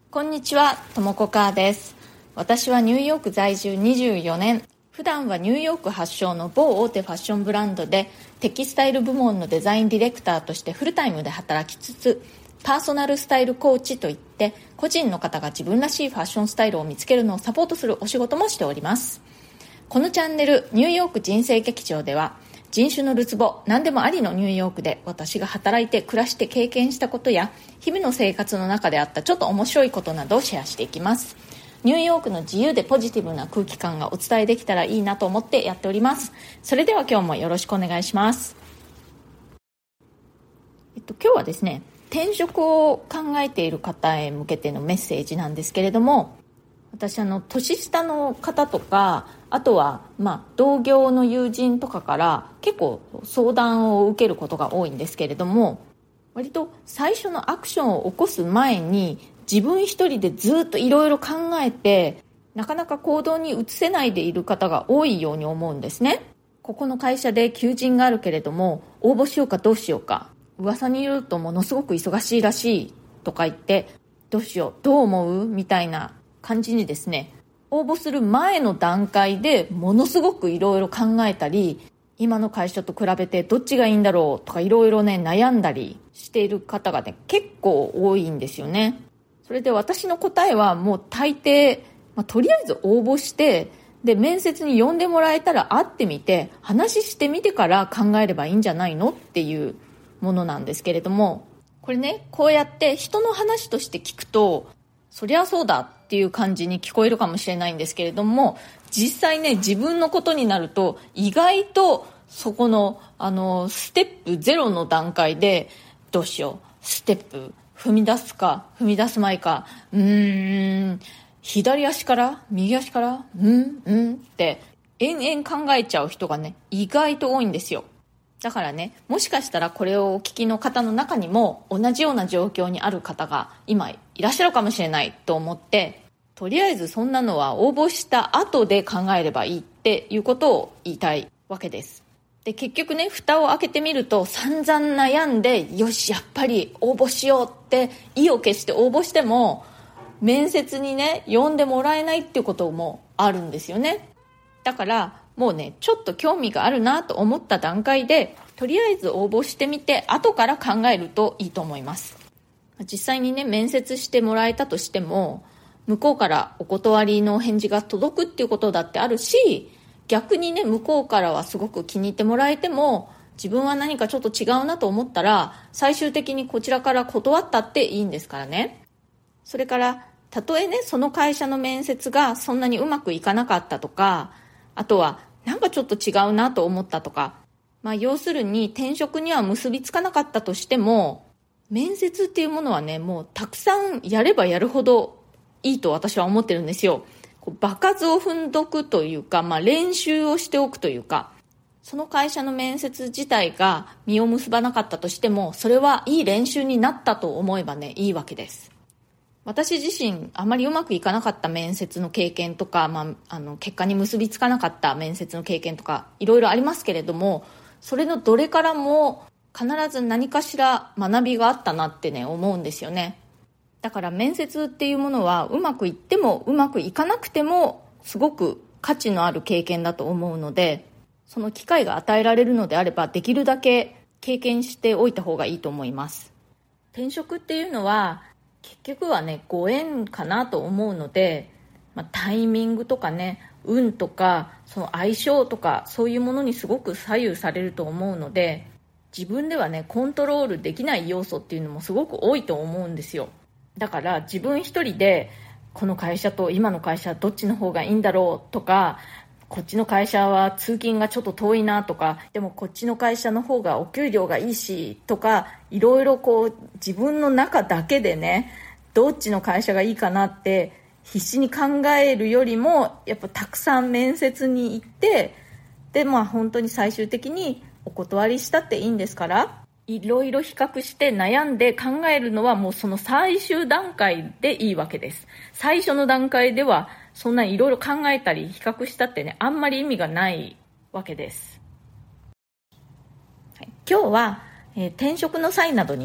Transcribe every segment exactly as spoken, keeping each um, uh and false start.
こんにちは、ともこかーです。私はニューヨーク在住にじゅうよねん、普段はニューヨーク発祥の某大手ファッションブランドでテキスタイル部門のデザインディレクターとしてフルタイムで働きつつ、パーソナルスタイルコーチといって個人の方が自分らしいファッションスタイルを見つけるのをサポートするお仕事もしております。このチャンネルニューヨーク人生劇場では、人種のるつぼ何でもありのニューヨークで私が働いて暮らして経験したことや日々の生活の中であったちょっと面白いことなどをシェアしていきます。ニューヨークの自由でポジティブな空気感がお伝えできたらいいなと思ってやっております。それでは今日もよろしくお願いします。えっと、今日はですね、転職を考えている方へ向けてのメッセージなんですけれども、私あの年下の方とか、あとはまあ同業の友人とかから結構相談を受けることが多いんですけれども、割と最初のアクションを起こす前に自分一人でずっといろいろ考えて、なかなか行動に移せないでいる方が多いように思うんですね。ここの会社で求人があるけれども応募しようかどうしようか、噂によるとものすごく忙しいらしいとか言って、どうしようどう思うみたいな感じにですね、応募する前の段階でものすごくいろいろ考えたり、今の会社と比べてどっちがいいんだろうとかいろいろね悩んだりしている方がね結構多いんですよね。それで私の答えはもう大抵、まあ、とりあえず応募して、で面接に呼んでもらえたら会ってみて話してみてから考えればいいんじゃないのっていうものなんですけれども、これね、こうやって人の話として聞くとそりゃそうだっていう感じに聞こえるかもしれないんですけれども、実際ね自分のことになると意外とそこのあのステップゼロの段階でどうしよう、ステップ踏み出すか踏み出す前か、うーん左足から右足からうんうんって延々考えちゃう人がね意外と多いんですよ。だからね、もしかしたらこれをお聞きの方の中にも同じような状況にある方が今いらっしゃるかもしれないと思って、とりあえずそんなのは応募した後で考えればいいっていうことを言いたいわけです。で、結局ね、蓋を開けてみると散々悩んで、よしやっぱり応募しようって意を決して応募しても面接にね呼んでもらえないっていうこともあるんですよね。だからもうね、ちょっと興味があるなと思った段階でとりあえず応募してみて後から考えるといいと思います。実際にね面接してもらえたとしても、向こうからお断りの返事が届くっていうことだってあるし、逆にね向こうからはすごく気に入ってもらえても自分は何かちょっと違うなと思ったら最終的にこちらから断ったっていいんですからね。それからたとえねその会社の面接がそんなにうまくいかなかったとか、あとはなんかちょっと違うなと思ったとか、まあ要するに転職には結びつかなかったとしても、面接っていうものはねもうたくさんやればやるほどいいと私は思ってるんですよ。こう場数を踏んどくというか、まあ練習をしておくというか、その会社の面接自体が実を結ばなかったとしてもそれはいい練習になったと思えばねいいわけです。私自身あまりうまくいかなかった面接の経験とか、まあ、あの結果に結びつかなかった面接の経験とかいろいろありますけれども、それのどれからも必ず何かしら学びがあったなってね思うんですよね。だから面接っていうものはうまくいってもうまくいかなくてもすごく価値のある経験だと思うので、その機会が与えられるのであればできるだけ経験しておいた方がいいと思います。転職っていうのは結局はねご縁かなと思うので、まあ、タイミングとかね運とかその相性とかそういうものにすごく左右されると思うので、自分ではねコントロールできない要素っていうのもすごく多いと思うんですよ。だから自分一人でこの会社と今の会社どっちの方がいいんだろうとか、こっちの会社は通勤がちょっと遠いなとか、でもこっちの会社の方がお給料がいいしとか、いろいろこう自分の中だけでねどっちの会社がいいかなって必死に考えるよりも、やっぱたくさん面接に行って、でまあ本当に最終的にお断りしたっていいんですから、いろいろ比較して悩んで考えるのはもうその最終段階でいいわけです。最初の段階ではそんないろいろ考えたり比較したってねあんまり意味がないわけです。はい、今日は、えー、転職の際などにね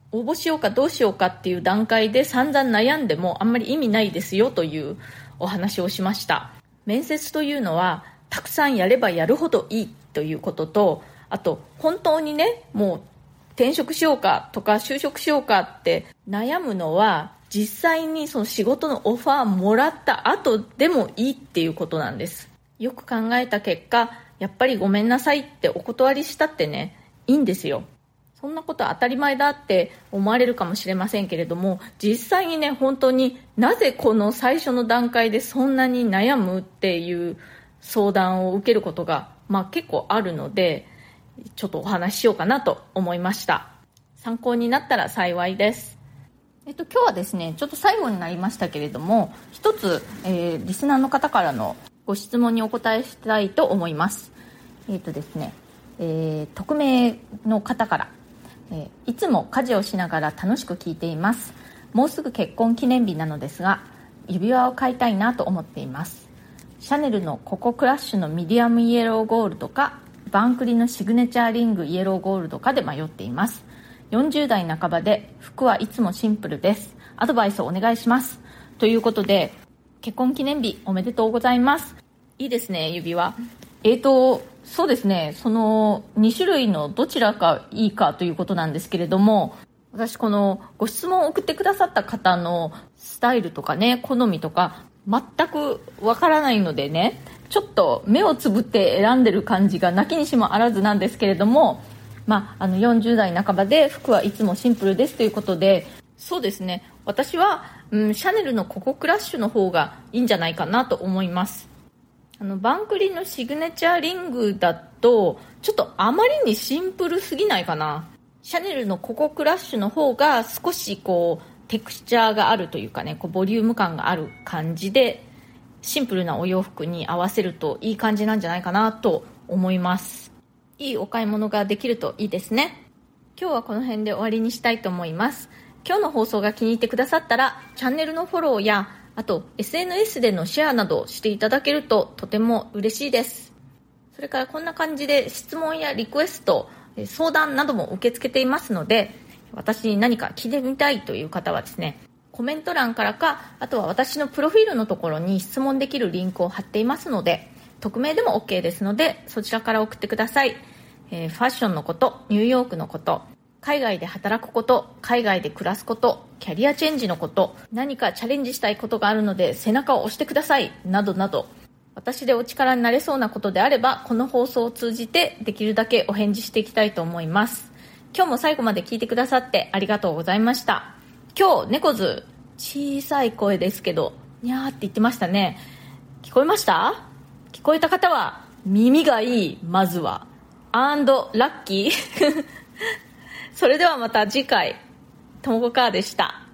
応募しようかどうしようかっていう段階で散々悩んでもあんまり意味ないですよというお話をしました。面接というのはたくさんやればやるほどいいということと、あと本当にね、もう転職しようかとか就職しようかって悩むのは実際にその仕事のオファーもらった後でもいいっていうことなんです。よく考えた結果、やっぱりごめんなさいってお断りしたってね、いいんですよ。そんなことは当たり前だって思われるかもしれませんけれども、実際にね、本当になぜこの最初の段階でそんなに悩むっていう相談を受けることが、まあ、結構あるので、ちょっとお話ししようかなと思いました。参考になったら幸いです。えっと、今日はですね、ちょっと最後になりましたけれども、一つ、えー、リスナーの方からのご質問にお答えしたいと思います。えっとですね、えー、匿名の方から、えー、いつも家事をしながら楽しく聞いています。もうすぐ結婚記念日なのですが、指輪を買いたいなと思っています。シャネルのココクラッシュのミディアムイエローゴールドか、バンクリのシグネチャーリングイエローゴールドかで迷っています。よんじゅう代半ばで服はいつもシンプルです。アドバイスをお願いします。ということで、結婚記念日おめでとうございます。いいですね、指輪。えーと、そうですね、そのに種類のどちらがいいかということなんですけれども、私このご質問を送ってくださった方のスタイルとかね、好みとか全くわからないのでね、ちょっと目をつぶって選んでる感じがなきにしもあらずなんですけれども、まあ、あのよんじゅう代半ばで服はいつもシンプルですということで、そうですね、私は、うん、シャネルのココクラッシュの方がいいんじゃないかなと思います。あのバンクリのシグネチャーリングだとちょっとあまりにシンプルすぎないかな。シャネルのココクラッシュの方が少しこうテクスチャーがあるというかね、こうボリューム感がある感じで、シンプルなお洋服に合わせるといい感じなんじゃないかなと思います。いいお買い物ができるといいですね。今日はこの辺で終わりにしたいと思います。今日の放送が気に入ってくださったら、チャンネルのフォローや、あと エスエヌエス でのシェアなどしていただけるととても嬉しいです。それからこんな感じで質問やリクエスト、相談なども受け付けていますので、私に何か聞いてみたいという方はですね、コメント欄からか、あとは私のプロフィールのところに質問できるリンクを貼っていますので、匿名でも OK ですので、そちらから送ってください。えー、ファッションのこと、ニューヨークのこと、海外で働くこと、海外で暮らすこと、キャリアチェンジのこと、何かチャレンジしたいことがあるので背中を押してください、などなど、私でお力になれそうなことであれば、この放送を通じてできるだけお返事していきたいと思います。今日も最後まで聞いてくださってありがとうございました。今日、猫図、小さい声ですけど、にゃーって言ってましたね。聞こえました？聞こえた方は、耳がいい、まずは。アンド、ラッキーそれではまた次回、ともこかーでした。